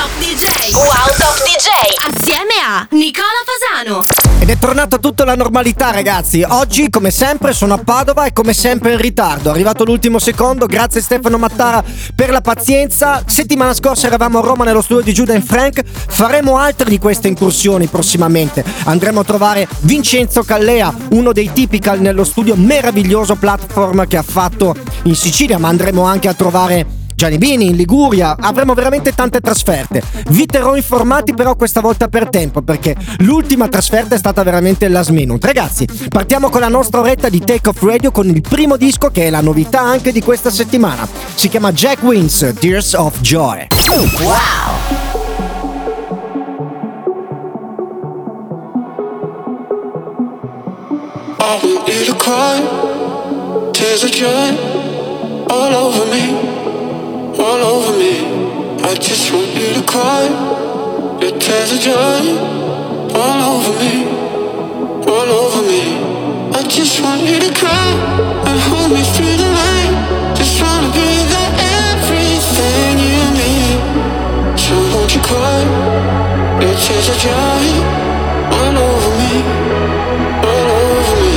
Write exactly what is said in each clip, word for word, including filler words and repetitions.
Top D J. Wow Top D J. Assieme a Nicola Fasano. Ed è tornata tutta la normalità, ragazzi. Oggi, come sempre, sono a Padova e come sempre in ritardo. È arrivato l'ultimo secondo. Grazie Stefano Mattara per la pazienza. Settimana scorsa eravamo a Roma nello studio di Judah and Frank. Faremo altre di queste incursioni prossimamente. Andremo a trovare Vincenzo Callea, uno dei Typical, nello studio meraviglioso Platform che ha fatto in Sicilia, ma andremo anche a trovare Gianni Bini in Liguria. Avremo veramente tante trasferte. Vi terrò informati però questa volta per tempo, perché l'ultima trasferta è stata veramente last minute. Ragazzi, partiamo con la nostra oretta di Take Off Radio con il primo disco che è la novità anche di questa settimana. Si chiama Jack Wins, Tears of Joy. Wow! I want you to cry, tears of joy, all over me, all over me. I just want you to cry, your tears of joy, all over me, all over me. I just want you to cry and hold me through the night. Just wanna be the everything you need. So won't you cry, your tears of joy, all over me, all over me.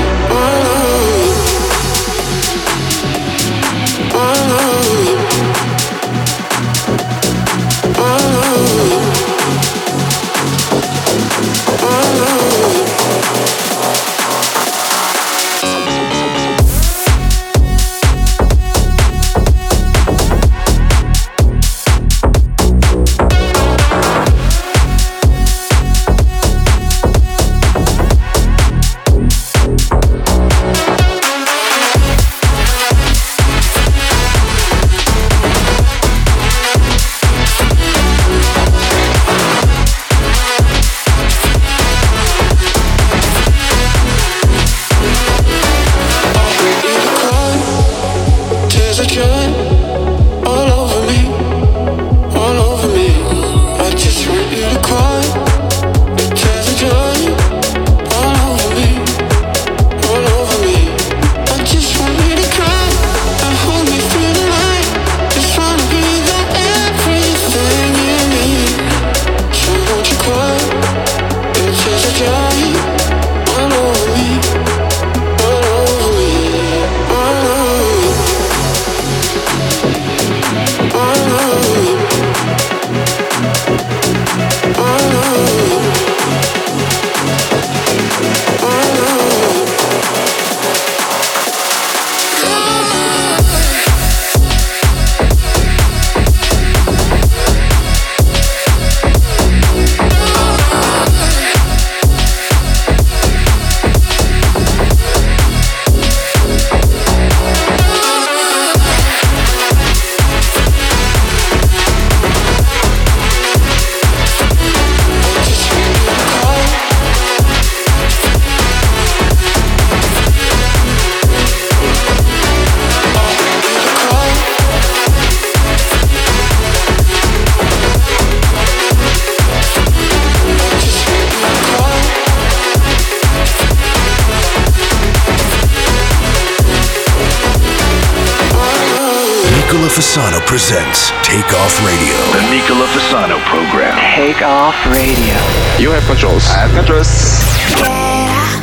Fasano presents Take Off Radio. The Nicola Fasano program. Take Off Radio. You have controls. I have controls. Yeah.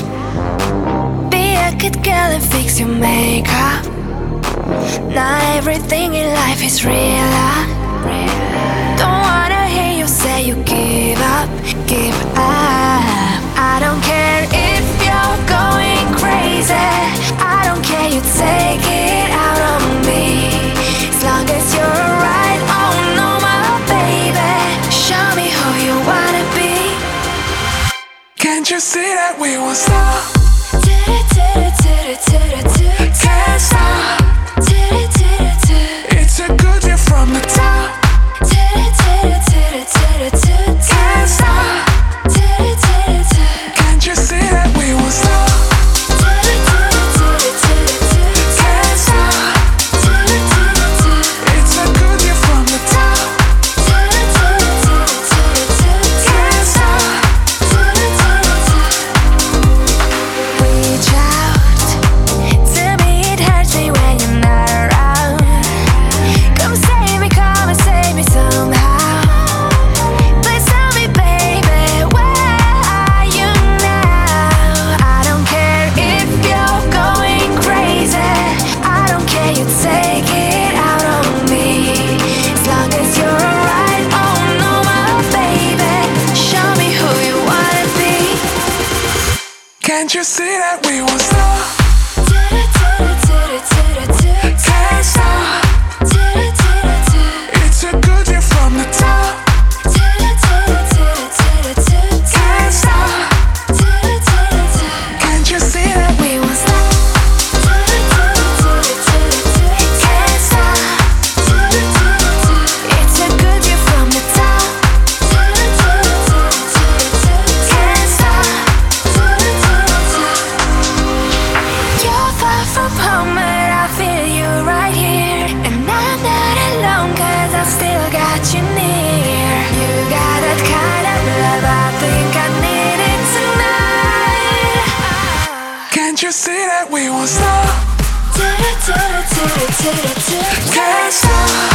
Be a good girl and fix your makeup. Not everything in life is real. Don't wanna hear you say you give up, give up. I don't care if you're going crazy. I don't care, you take it out on me. As long as you're right, oh no, my baby. Show me who you wanna be. Can't you see that we won't stop? Can't stop. It's a good year from the top. Can't stop. Can't you see that we won't stop? Can't stop. It's a good year from the top. Can't stop. Reach out to me, it hurts me when you Can't you see that we won't stop? Can't stop. It's a good year from the top. Can't stop. Can't you see that we won't stop? Can't stop. It's a good year from the top. Can't stop. You're far from home, but I feel you right here. And I'm not alone, cause I've still got you near. You got that kind of love, I think I need it tonight. Can't you see that we won't stop? Can't stop.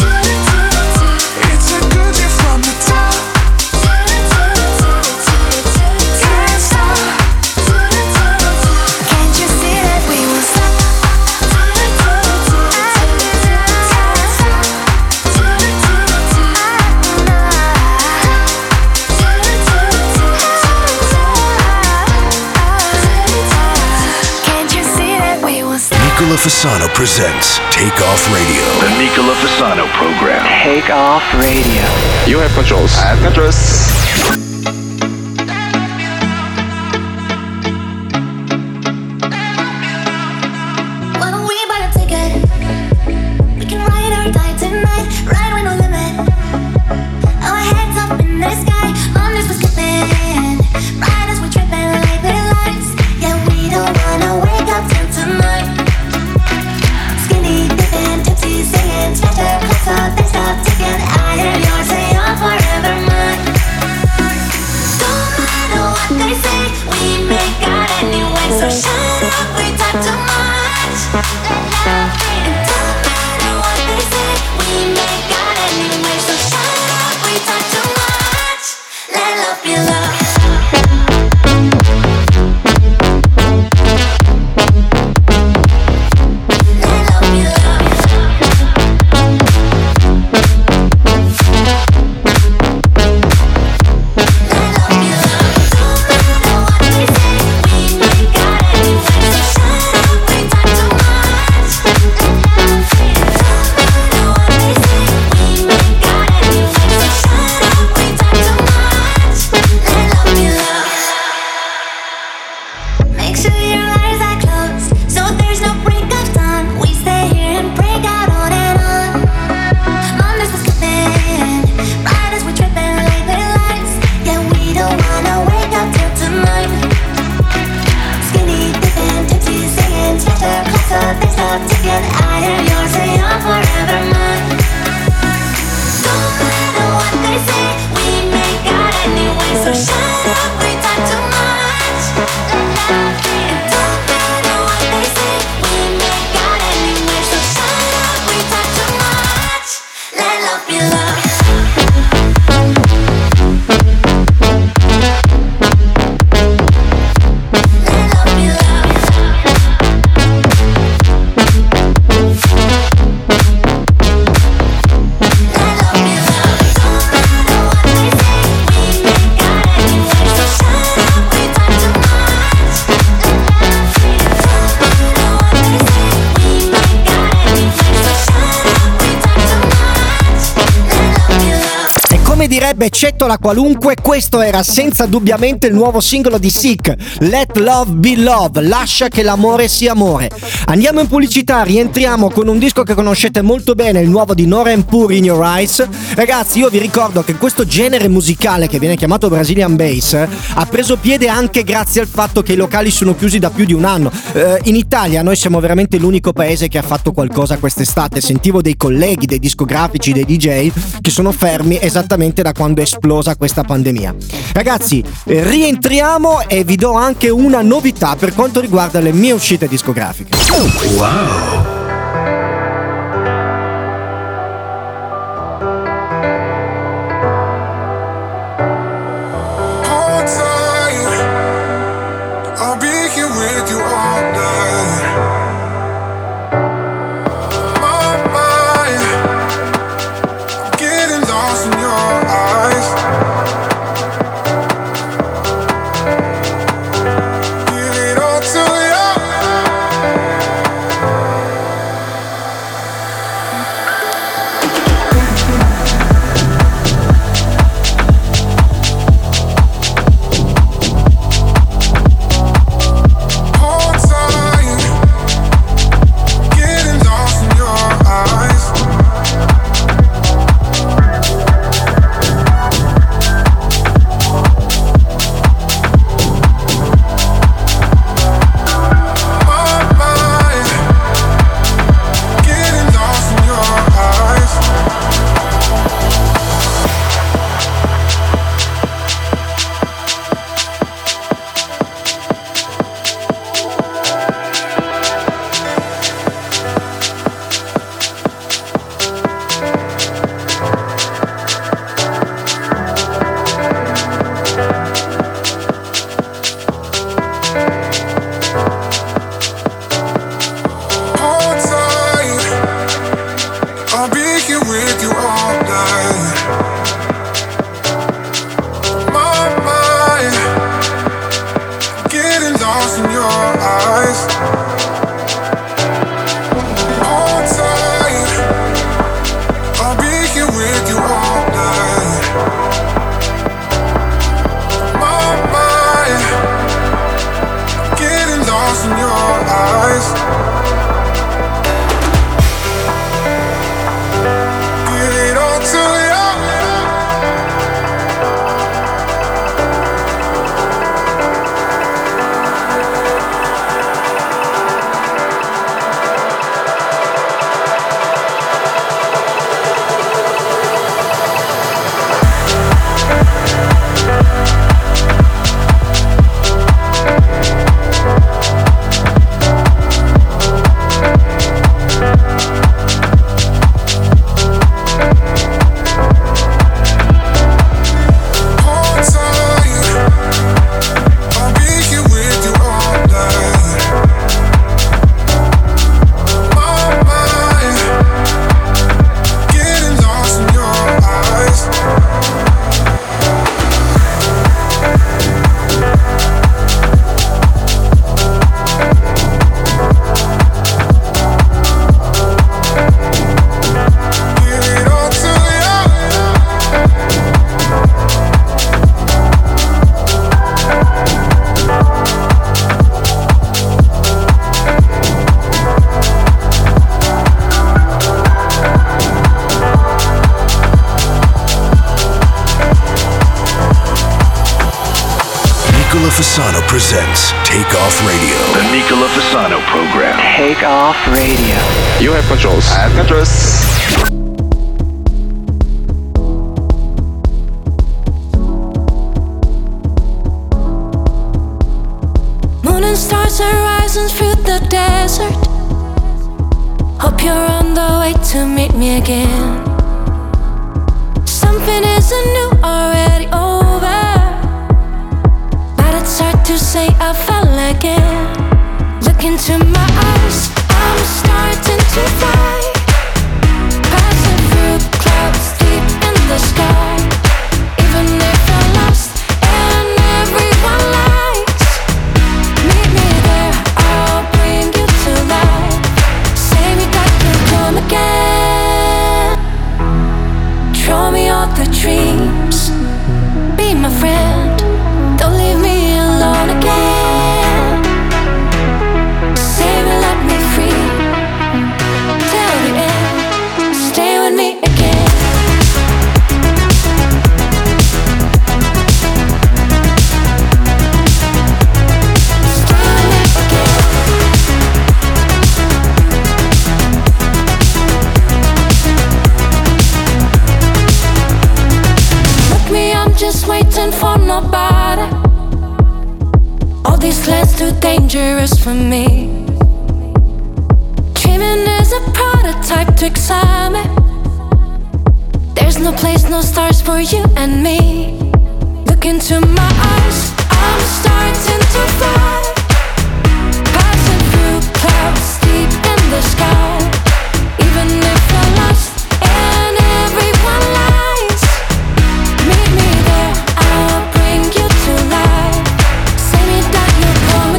It's a good year from the top. Can't stop. Can't you see that we won't stop? Can't you see that we won't stop? Nicola Fasano presents Take Off Radio. The Nicola Fasano program. Take Off Radio. You have controls. I have controls. When we buy a ticket, we can ride or die tonight. Ride with no limit. Our heads up in the sky. Mondays we're skipping. Ride as we tripping like the lights. Yeah, we don't wanna wake up till tonight. Skinny dipping, tipsy singing, stretch our clothes up, they stop ticking. I hear yours say you're forever mine. Don't matter what they say, we make out anyway. So shut up, we talk too much. And don't matter what they say, we make out anyway. So shut up, we talk too much. Let love be love. Let love be love. Let love be love. Don't matter what they say, we make out anyway. So shut up, we talk too much. Don't matter what they say, we make out anyway. So shut up, we talk too much. Let love be love. Make sure your eyes are closed, so there's no break of dawn. We stay here and break out on and on. Mondays we're skipping, right as we're tripping like the lights. Yeah, we don't wanna wake up till tonight. Skinny dipping, tipsy singing, stretch our clothes up, they stop ticking. I hear yours say you're forever mine. Don't matter what they say, we make out anyway. So shut up, we talk too much. And don't matter what they say, we make out anyway. So shut up, we talk too much. Let love be love. Let love be love. Let love be love. Don't matter what they say, we make out anyway. So shut up, we talk too much. Don't matter what they say, we make out anyway. So shut up, we talk too much. Let love be love. E come direbbe Cettola Qualunque, questo era senza dubbiamente il nuovo singolo di Sick, Let Love Be Love, lascia che l'amore sia amore. Andiamo in pubblicità, rientriamo con un disco che conoscete molto bene, il nuovo di Nora En Pure, In Your Eyes. Ragazzi, io vi ricordo che questo genere musicale che viene chiamato Brazilian Bass ha preso piede anche grazie al fatto che i locali sono chiusi da più di un anno. Eh, in Italia noi siamo veramente l'unico paese che ha fatto qualcosa quest'estate. Sentivo dei colleghi, dei discografici, dei D J che sono fermi esattamente da quando è esplosa questa pandemia. Ragazzi, eh, rientriamo e vi do anche una novità per quanto riguarda le mie uscite discografiche. Wow. Hold tight, I'll be here with you all night. My mind, getting lost in your eyes. Yeah. Fasano presents Take Off Radio. The Nicola Fasano program. Take Off Radio. You have controls. I have controls. Moon and stars are rising through the desert. Hope you're on the way to meet me again. Something isn't new, already over, but it's hard to say I fell again. Look into my eyes, I'm starting to fly, passing through clouds deep in the sky. Even if I'm lost and everyone lies, meet me there, I'll bring you to life. Say me that you'll come again. Show me all the dreams. Be my friend. Don't leave me alone again. Say me, let me free. Till the end. Stay with me again. Stay with me again. Look me, I'm just waiting for nobody. All these lands too dangerous for me. Dreaming is a prototype to excite me. There's no place, no stars for you and me. Look into my eyes, I'm starting to fly, passing through clouds deep in the sky. Even if I'm lost and everyone lies, meet me there, I'll bring you to life. Say me that you'll come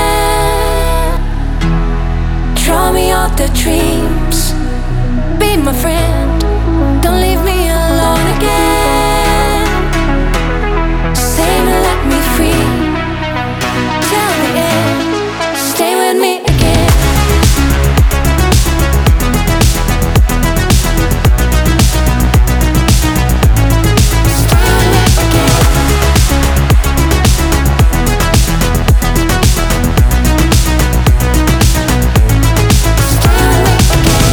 again. Draw me all the dreams. Be my friend. Don't leave me alone again. Say me, let me free. Till the end. Stay with me again. Stay with me again. Stay with me again.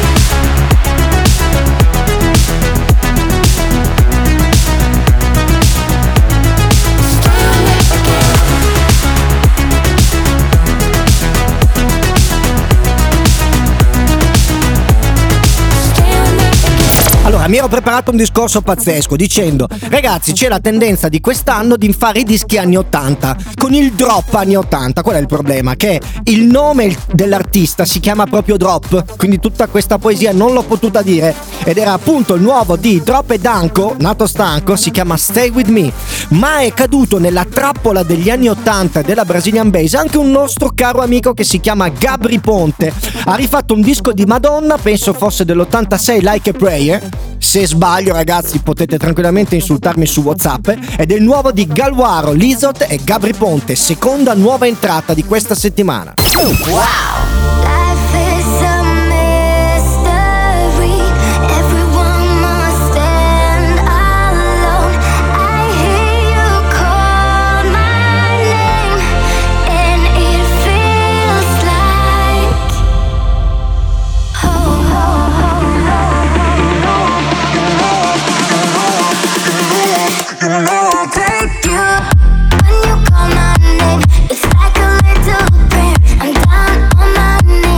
Allora, mi ero preparato un discorso pazzesco dicendo: ragazzi, c'è la tendenza di quest'anno di fare i dischi anni ottanta con il drop anni ottanta. Qual è il problema? Che il nome dell'artista si chiama proprio Drop, quindi tutta questa poesia non l'ho potuta dire, ed era appunto il nuovo di Drop e Danko, nato stanco, si chiama Stay With Me. Ma è caduto nella trappola degli anni ottanta della Brazilian Bass anche un nostro caro amico che si chiama Gabry Ponte. Ha rifatto un disco di Madonna, penso fosse dell'ottantasei, Like a Prayer. Se sbaglio, ragazzi, potete tranquillamente insultarmi su WhatsApp. Ed è il nuovo di Galwaro, Lizot e Gabry Ponte, seconda nuova entrata di questa settimana. Wow! Life is a mystery. Everyone must stand alone. I hear you call my name, and it feels like oh, oh, oh, oh. I'll take you. When you call my name, it's like a little prayer. I'm down on my knees.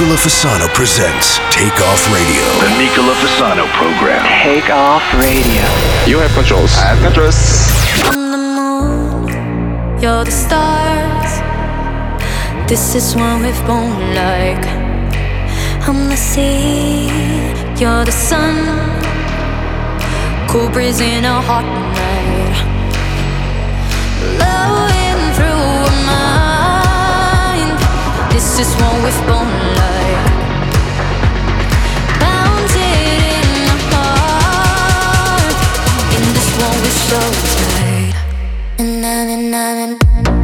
Nicola Fasano presents Take Off Radio. The Nicola Fasano program. Take Off Radio. You have controls. I have controls. I'm the moon, you're the stars. This is what we've born like. I'm the sea, you're the sun. Cool breeze in a hot night. Blowing through a mind. This is what we've born like. Bounded in the heart. In this one we're so tight. Na na na na.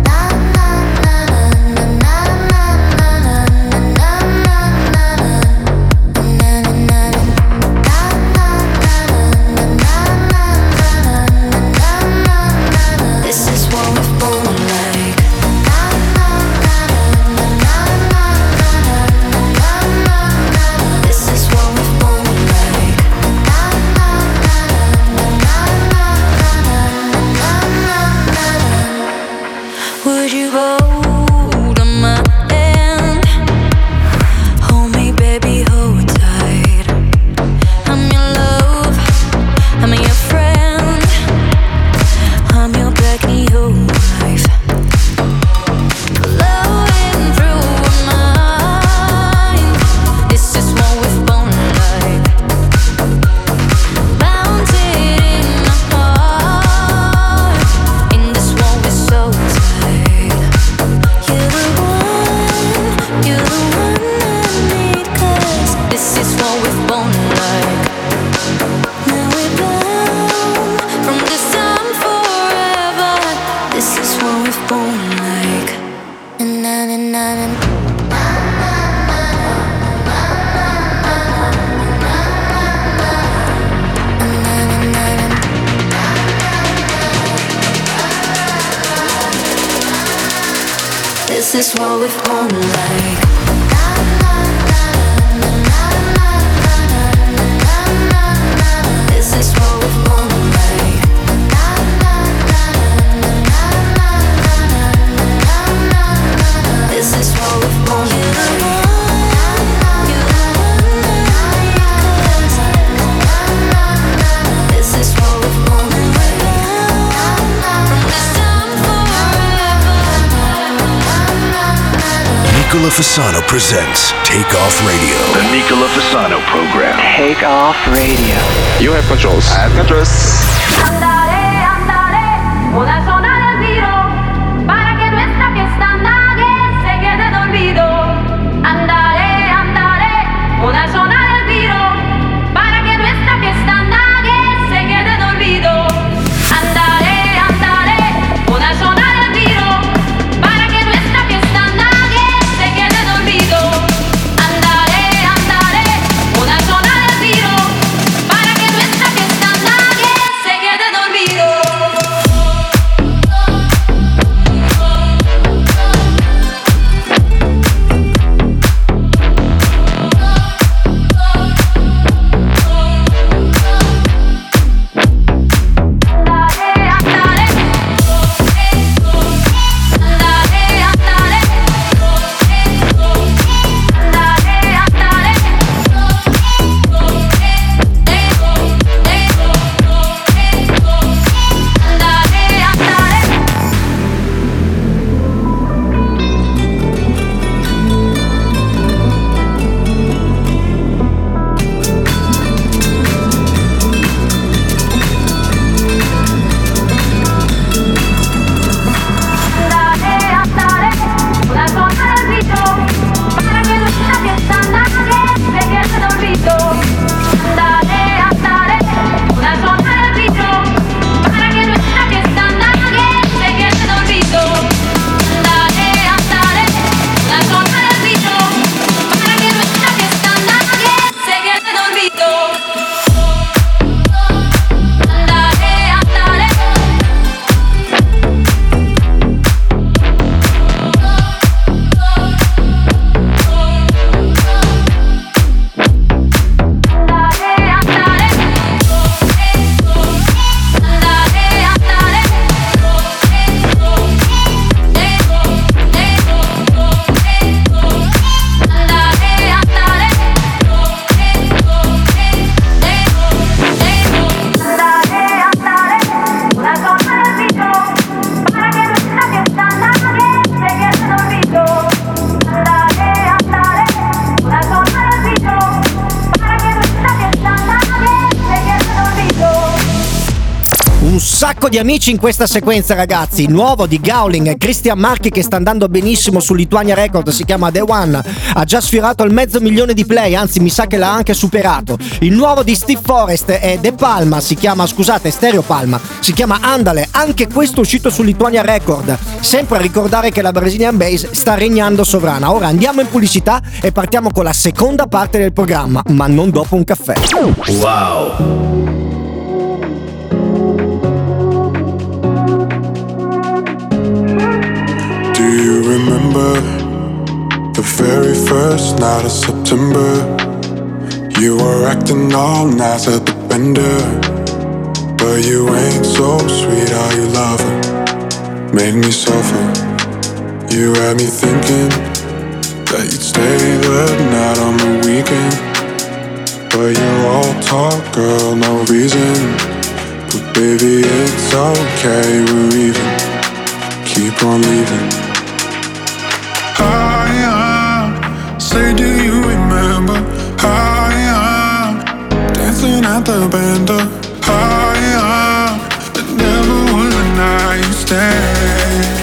This is what we've born like. This is what we've born like. This is what we've born like. This is what we've born like. From this time forever. Nicola Fasano presents Take Off Radio. The Nicola Fasano program. Take Off Radio. You have controls. I have controls. Andare, andare, una zona del viro, para que nuestra fiesta nadie se quede dormido. Andare, andare, una zona del viro, para que nuestra fiesta nadie se quede dormido. Andare, andare, una zona del viro, para que nuestra fiesta nadie se quede dormido. Andare, andare, una zona del viro, para que nuestra fiesta nadie se quede dormido. sacco di amici in questa sequenza, ragazzi. Nuovo di Gowling e Christian Marchi, che sta andando benissimo su Lituania Record, si chiama The One, ha già sfiorato il mezzo milione di play, anzi mi sa che l'ha anche superato. Il nuovo di Steve Forrest è De Palma, si chiama, scusate, Stereo Palma, si chiama Andale, anche questo uscito su Lituania Record. Sempre a ricordare che la Brazilian Bass sta regnando sovrana. Ora andiamo in pubblicità e partiamo con la seconda parte del programma, ma non dopo un caffè. Wow. Do you remember the very first night of September? You were acting all nice at the bender, but you ain't so sweet, are you lover? Made me suffer. You had me thinking that you'd stay the night on the weekend, but you're all talk, girl, no reason. But baby, it's okay, we're even. Keep on leaving. I am. Say, do you remember? I am dancing at the bender. I am. It never was a night you stayed.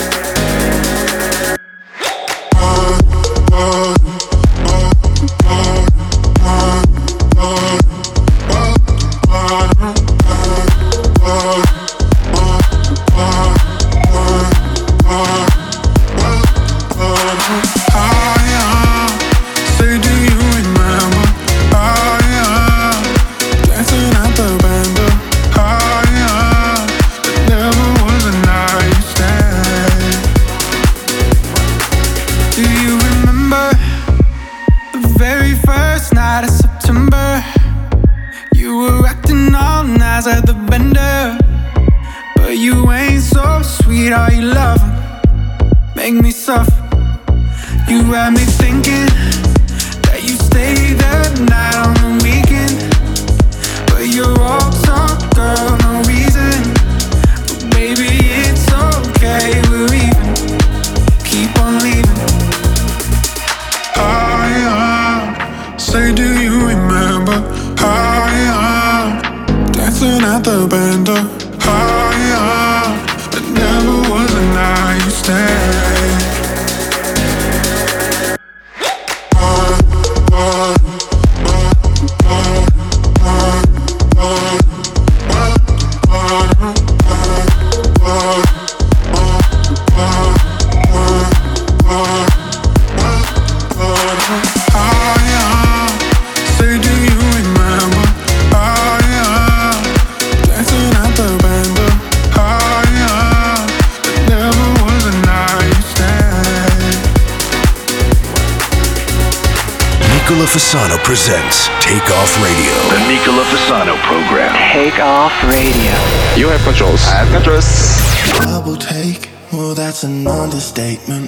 Fasano presents Take Off Radio. The Nicola Fasano program. Take Off Radio. You have controls. I have controls. Double take, well that's an understatement.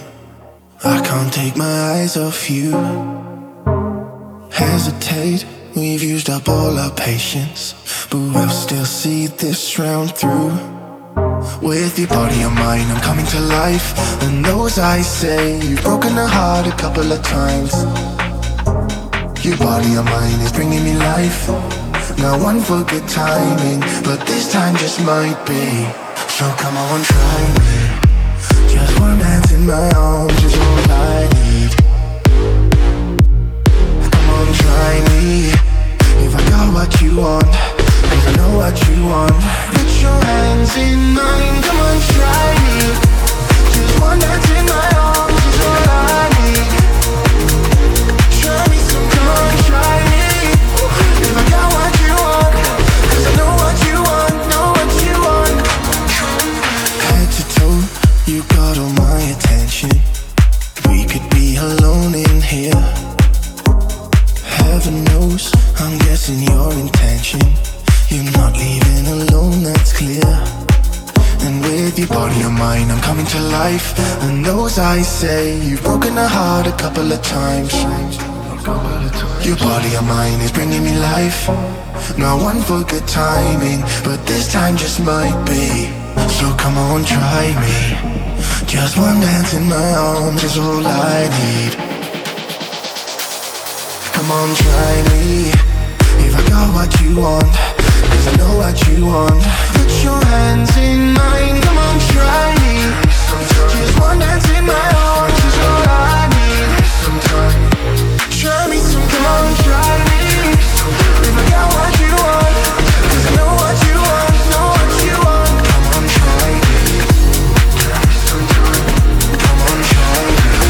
I can't take my eyes off you. Hesitate, we've used up all our patience, but we'll still see this round through. With your body and mind, I'm coming to life. And those I say, you've broken a heart a couple of times. Your body and mind is bringing me life. Now one for good timing, but this time just might be. So come on, try me. Just one dance in my arms is all I need. Come on, try me. If I got what you want, cause I know what you want. Put your hands in mine, come on, try me. Just one dance in my arms is all I need. Try me some, come on, try me. If I got what you want, cause I know what you want, know what you want. Head to toe, you got all my attention. We could be alone in here. Heaven knows, I'm guessing your intention. You're not leaving alone, that's clear. And with your body and mind, I'm coming to life. And those I say, you've broken a heart a couple of times. Your body and mind is bringing me life. Now one for good timing, but this time just might be. So come on, try me. Just one dance in my arms is all I need. Come on, try me. If I got what you want, cause 'cause I know what you want. Put your hands in mine, come on, try me. Just one dance in my arms is all I need. Show me some, come on, try me. If I got what you want, 'cause I know what you want, know what you want. Come on, try me. Come on, try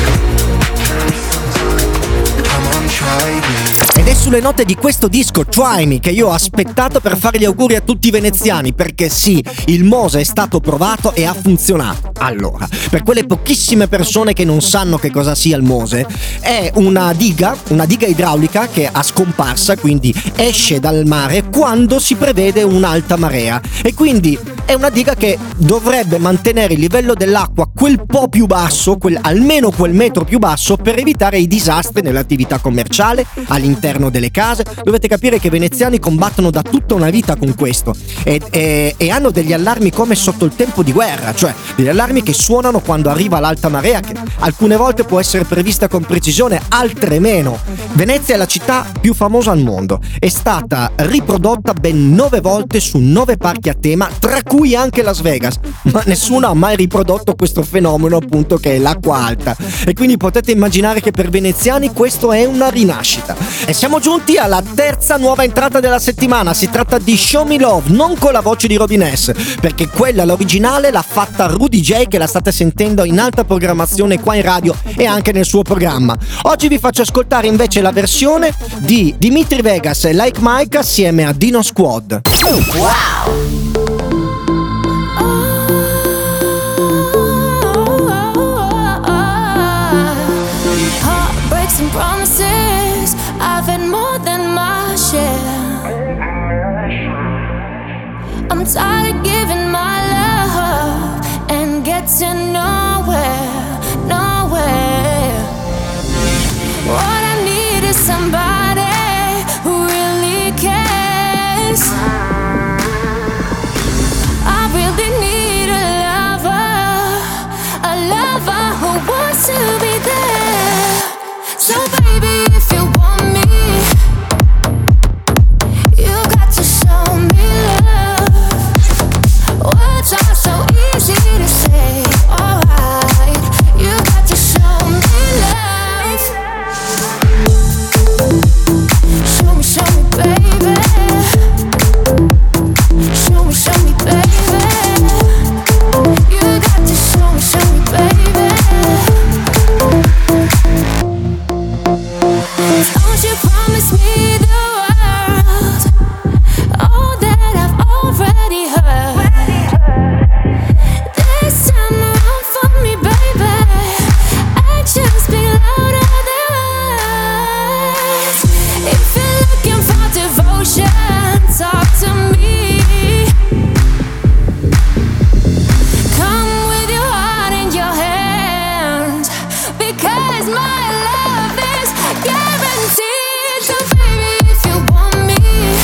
me. Come on, try me. Ed è sulle note di questo disco Try Me che io ho aspettato per fare gli auguri a tutti i veneziani, perché sì, il Mose è stato provato e ha funzionato. Allora, per quelle pochissime persone che non sanno che cosa sia il Mose, è una diga, una diga idraulica che ha scomparsa, quindi esce dal mare quando si prevede un'alta marea, e quindi è una diga che dovrebbe mantenere il livello dell'acqua quel po' più basso, quel, almeno quel metro più basso, per evitare i disastri nell'attività commerciale, all'interno delle case. Dovete capire che i veneziani combattono da tutta una vita con questo e, e, e hanno degli allarmi come sotto il tempo di guerra, cioè degli allarmi che suonano quando arriva l'alta marea, che alcune volte può essere prevista con precisione, altre meno. Venezia è la città più famosa al mondo, è stata riprodotta ben nove volte su nove parchi a tema, tra cui anche Las Vegas, ma nessuno ha mai riprodotto questo fenomeno, appunto, che è l'acqua alta, e quindi potete immaginare che per veneziani questo è una rinascita. E siamo giunti alla terza nuova entrata della settimana. Si tratta di Show Me Love, non con la voce di Robin S, perché quella, l'originale, l'ha fatta Rudy J, che la state sentendo in alta programmazione qua in radio e anche nel suo programma. Oggi vi faccio ascoltare invece la versione di Dimitri Vegas e Like Mike assieme a Dino Squad. Wow! And promises, I've had more than my share. I'm tired of giving my love and getting nowhere, nowhere. What I need is somebody who really cares. I really need a lover, a lover who wants to be there. So baby, if you want me, you got to show me love. Words are so easy to say, alright. You got to show me love. Show me, show me, baby. Show me, show me, baby. You got to show me, show me, baby. Don't you promise me the world, all that I've already heard. This time around for me, baby, actions speak louder than words. If you're looking for devotion, talk to me. Come with your heart in your hand, because my love is guaranteed. So baby, if you want me,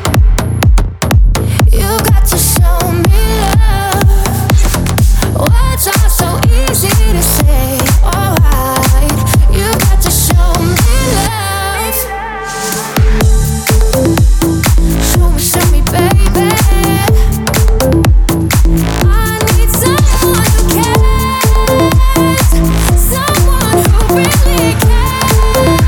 you got to show me love. Words are so easy to say, alright. You got to show me love. Show me, show me, baby. I need someone who cares, someone who really cares.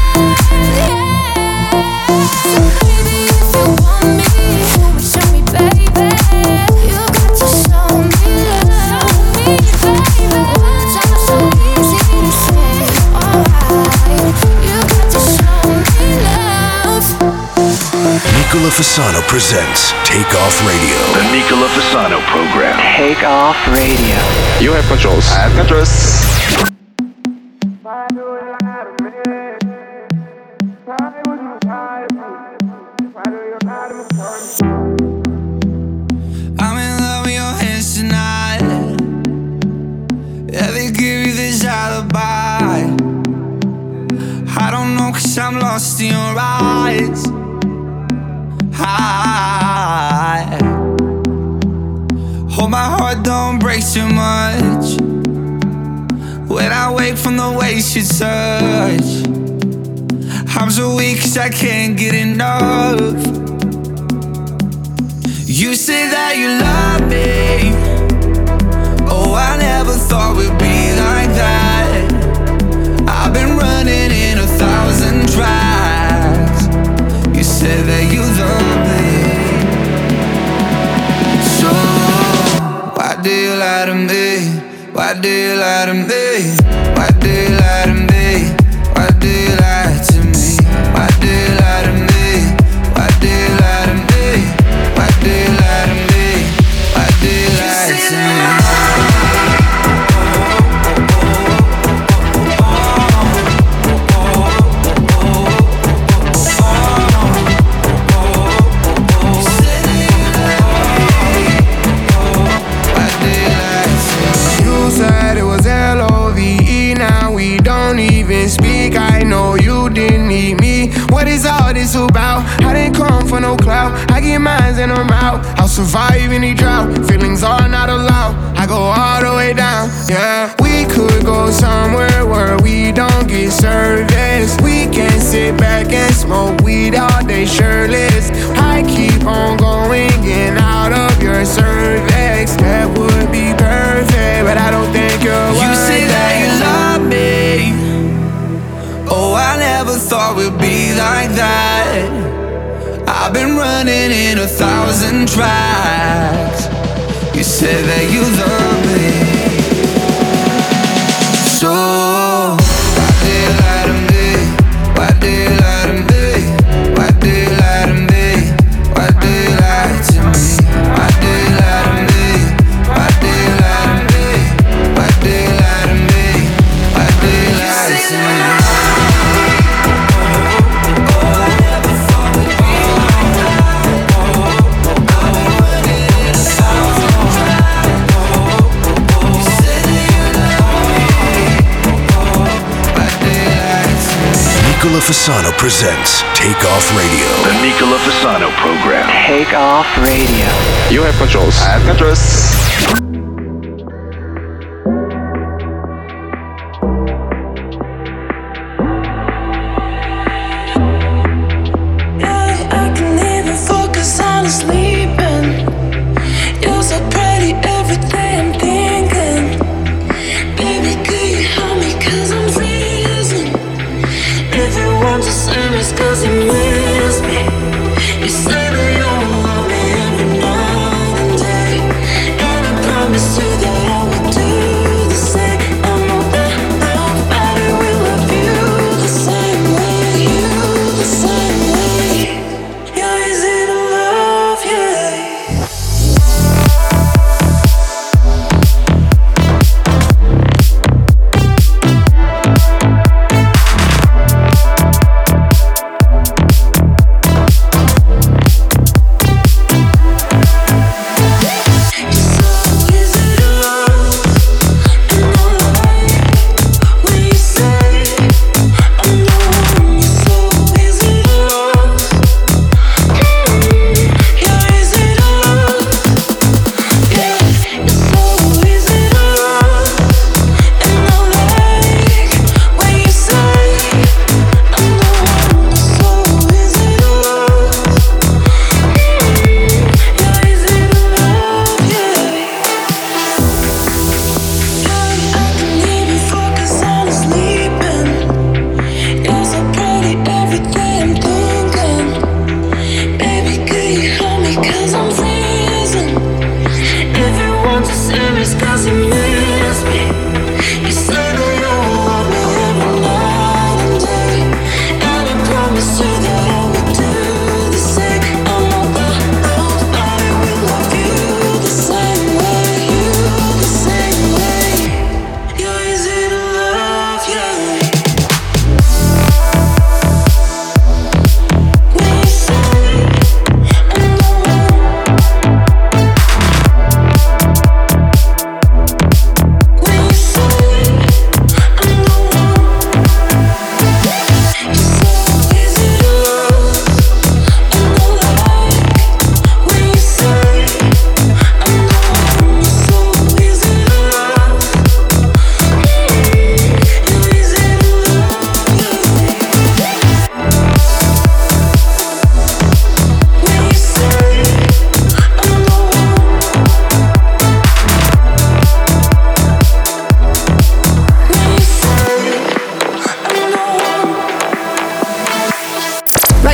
So baby, if you want me, show me, baby. You got to show me love. Show me, baby. Words are so easy to say, alright. You got to show me love. Nicola Fasano presents Take Off Radio. The Nicola Fasano program. Take Off Radio. You have controls. I have controls. I'm in love with your hands tonight. Yeah, they give you this alibi. I don't know, cause I'm lost in your eyes. I hope my heart don't break too much when I wake from the ways you touch. I'm so weak cause I can't get enough. You say that you love me. Oh, I never thought we'd be like that. I've been running in a thousand tracks. You said that you love me. So why do you lie to me? Why do you lie to me? Why do you lie to me? Why do you lie to me? Why do you lie to me? Why do you lie to me? Why do you lie to me? Why do you lie to me? About I didn't come for no clout. I get mines and I'm out. I'll survive any drought. Feelings are not allowed. I go all the way down. Yeah, we could go somewhere where we don't get service. We can sit back and smoke weed all day shirtless. I keep on going in out of your cervix. That would be perfect, but I don't think you're worth it. You say that you love me. Oh, I never thought we'd be like that. I've been running in a thousand tracks. You said that you love me. So why do you lie to me? Why do you lie to me? Why do you lie to me? Why do you lie to me? Why do you lie to me? Why do you lie to me? Why do you lie to me? Why do you lie to me? Nicola Fasano presents Take Off Radio. The Nicola Fasano program. Take Off Radio. You have controls. I have controls. Cause you miss me. You say that you will love me every night and day, and I promise you that I will do the same. I know that nobody will love you the same way, you the same way. You're easy to love, yeah.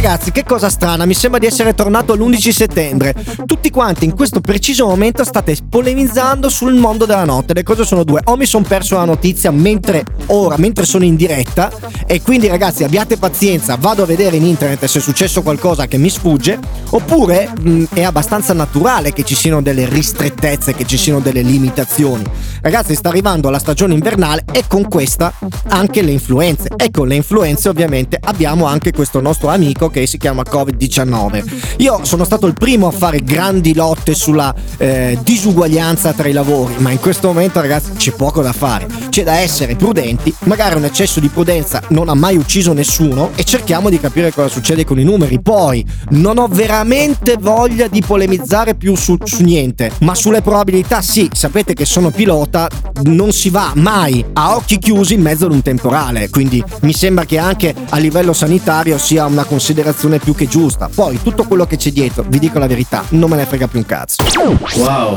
Ragazzi, che cosa strana, mi sembra di essere tornato all'undici settembre. Tutti quanti in questo preciso momento state polemizzando sul mondo della notte. Le cose sono due: o mi sono perso la notizia mentre ora, mentre sono in diretta, e quindi ragazzi abbiate pazienza, vado a vedere in internet se è successo qualcosa che mi sfugge, oppure mh, è abbastanza naturale che ci siano delle ristrettezze, che ci siano delle limitazioni. Ragazzi, sta arrivando la stagione invernale e con questa anche le influenze, e con le influenze ovviamente abbiamo anche questo nostro amico che si chiama covid diciannove. Io sono stato il primo a fare grandi lotte sulla eh, disuguaglianza tra i lavori, ma in questo momento ragazzi c'è poco da fare, c'è da essere prudenti, magari un eccesso di prudenza non ha mai ucciso nessuno, e cerchiamo di capire cosa succede con i numeri. Poi non ho veramente voglia di polemizzare più su, su niente, ma sulle probabilità sì, sapete che sono pilota, non si va mai a occhi chiusi in mezzo ad un temporale, quindi mi sembra che anche a livello sanitario sia una considerazione più che giusta. Poi tutto quello che c'è dietro, vi dico la verità, non me ne frega più un cazzo. Wow.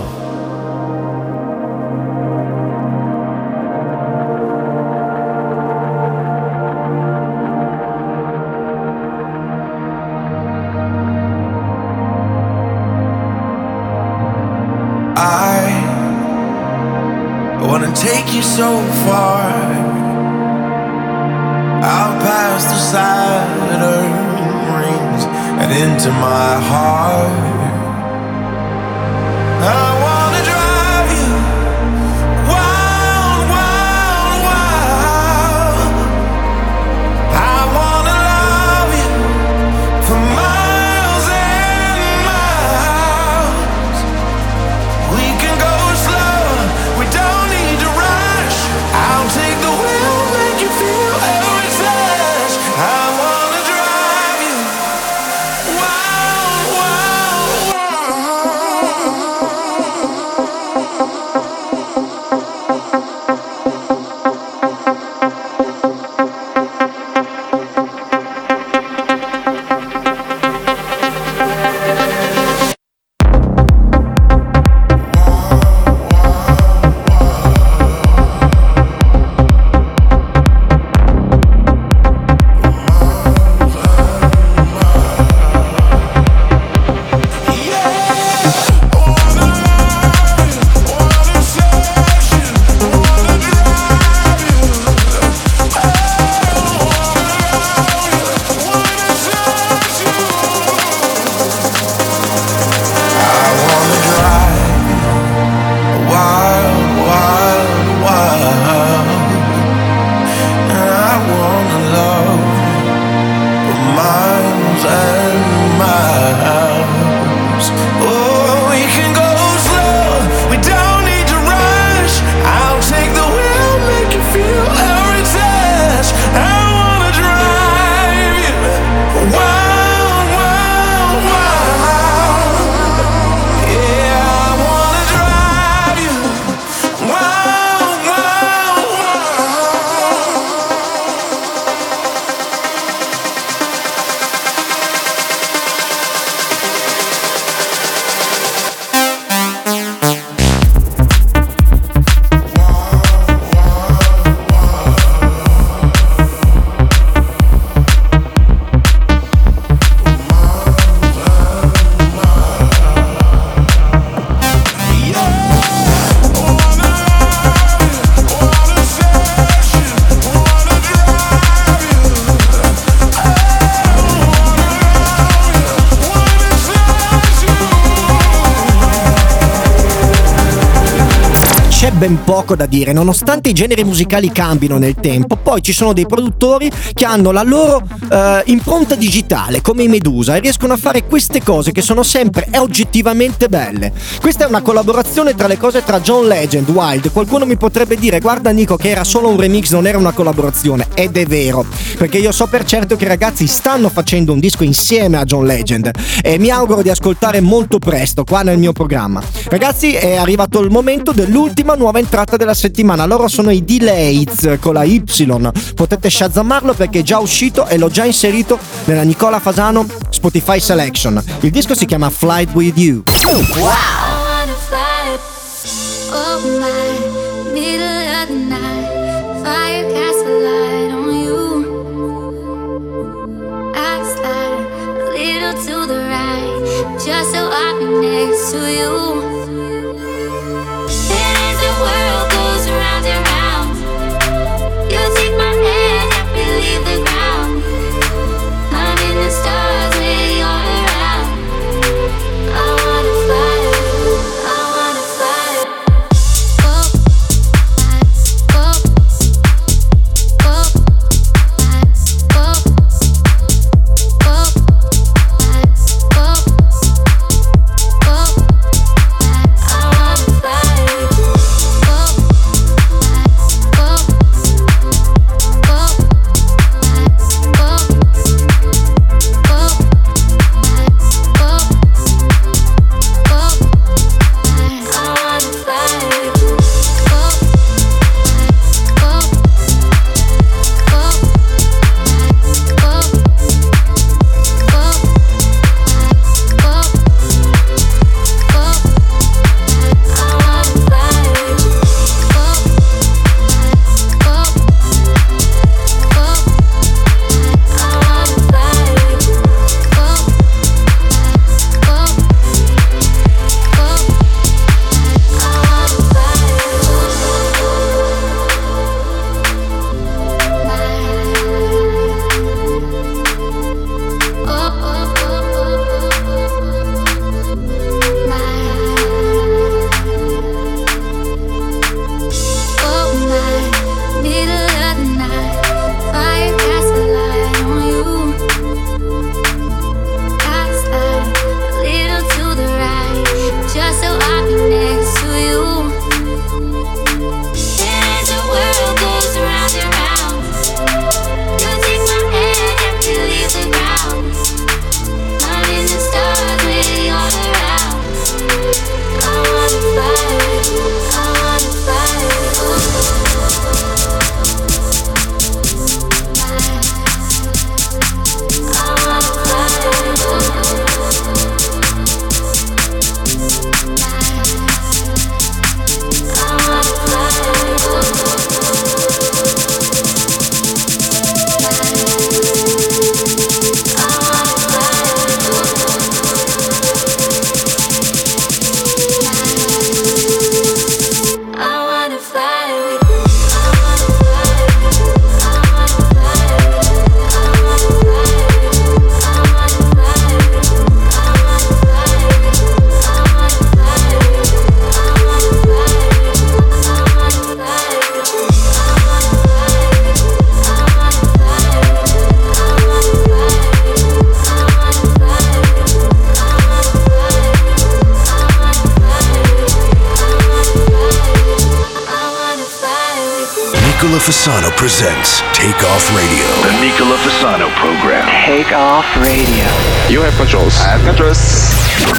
I wanna take you so far out past the Saturn rings and into my heart. I wanna drive you wild, wild, wild. I wanna love you for miles and miles. We can go slow, we don't need to rush. I'll take the wheel, make you feel every touch. I wanna drive you wild, wild, wild. ben poco da dire. Nonostante i generi musicali cambino nel tempo, poi ci sono dei produttori che hanno la loro eh, impronta digitale, come i Medusa, e riescono a fare queste cose che sono sempre e oggettivamente belle. Questa è una collaborazione tra le cose tra John Legend, Wild. Qualcuno mi potrebbe dire: guarda Nico, che era solo un remix, non era una collaborazione. Ed è vero, perché io so per certo che i ragazzi stanno facendo un disco insieme a John Legend e mi auguro di ascoltare molto presto qua nel mio programma. Ragazzi, è arrivato il momento dell'ultima nuova entrata della settimana. Loro sono i Delays con la Y. Potete shazzamarlo perché è già uscito e l'ho già inserito nella Nicola Fasano Spotify Selection. Il disco si chiama Flight With You. Wow! Fire cast a light on you. I slide Fasano presents Take Off Radio. The Nicola Fasano program. Take Off Radio. You have controls. I have controls.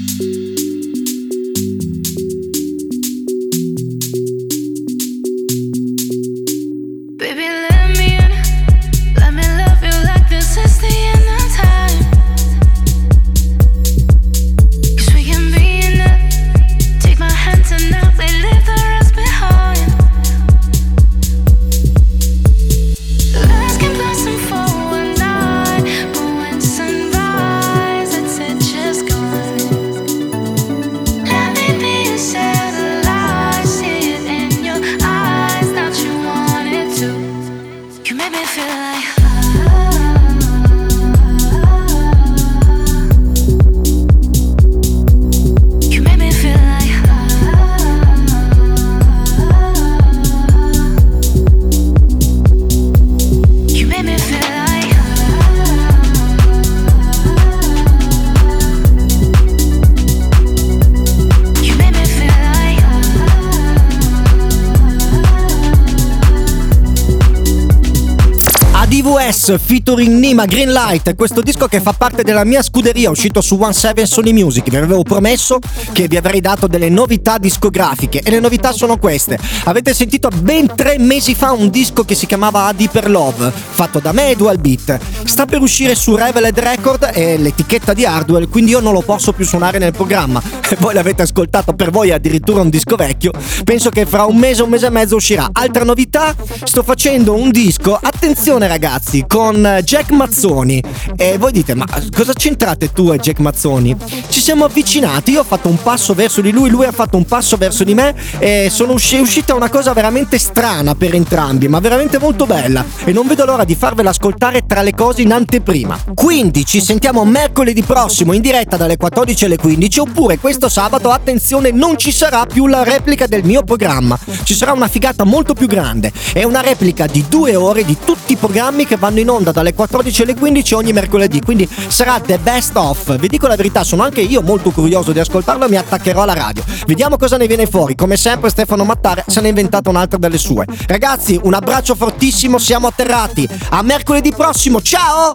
Featuring Nima, Greenlight, questo disco che fa parte della mia scuderia, uscito su One Seven Sony Music. Vi avevo promesso che vi avrei dato delle novità discografiche e le novità sono queste. Avete sentito ben tre mesi fa un disco che si chiamava A D per Love, fatto da me e Dual Beat. Sta per uscire su Reveled Record e l'etichetta di Hardwell, quindi io non lo posso più suonare nel programma. Voi l'avete ascoltato, per voi è addirittura un disco vecchio. Penso che fra un mese, un mese e mezzo uscirà. Altra novità, sto facendo un disco, attenzione ragazzi, con Jack Mazzoni. E voi dite, ma cosa c'entrate tu e Jack Mazzoni? Ci siamo avvicinati, io ho fatto un passo verso di lui, lui ha fatto un passo verso di me e sono usci- è uscita una cosa veramente strana per entrambi, ma veramente molto bella, e non vedo l'ora di farvela ascoltare tra le cose in anteprima. Quindi ci sentiamo mercoledì prossimo in diretta dalle quattordici alle quindici, oppure questo sabato, attenzione, non ci sarà più la replica del mio programma, ci sarà una figata molto più grande, è una replica di due ore di tutti i programmi che vanno in onda dalle quattordici alle quindici ogni mercoledì, quindi sarà the best of. Vi dico la verità, sono anche io molto curioso di ascoltarlo e mi attaccherò alla radio. Vediamo cosa ne viene fuori. Come sempre Stefano Mattara se ne è inventato un'altra delle sue. Ragazzi, un abbraccio fortissimo, siamo atterrati. A mercoledì prossimo, ciao!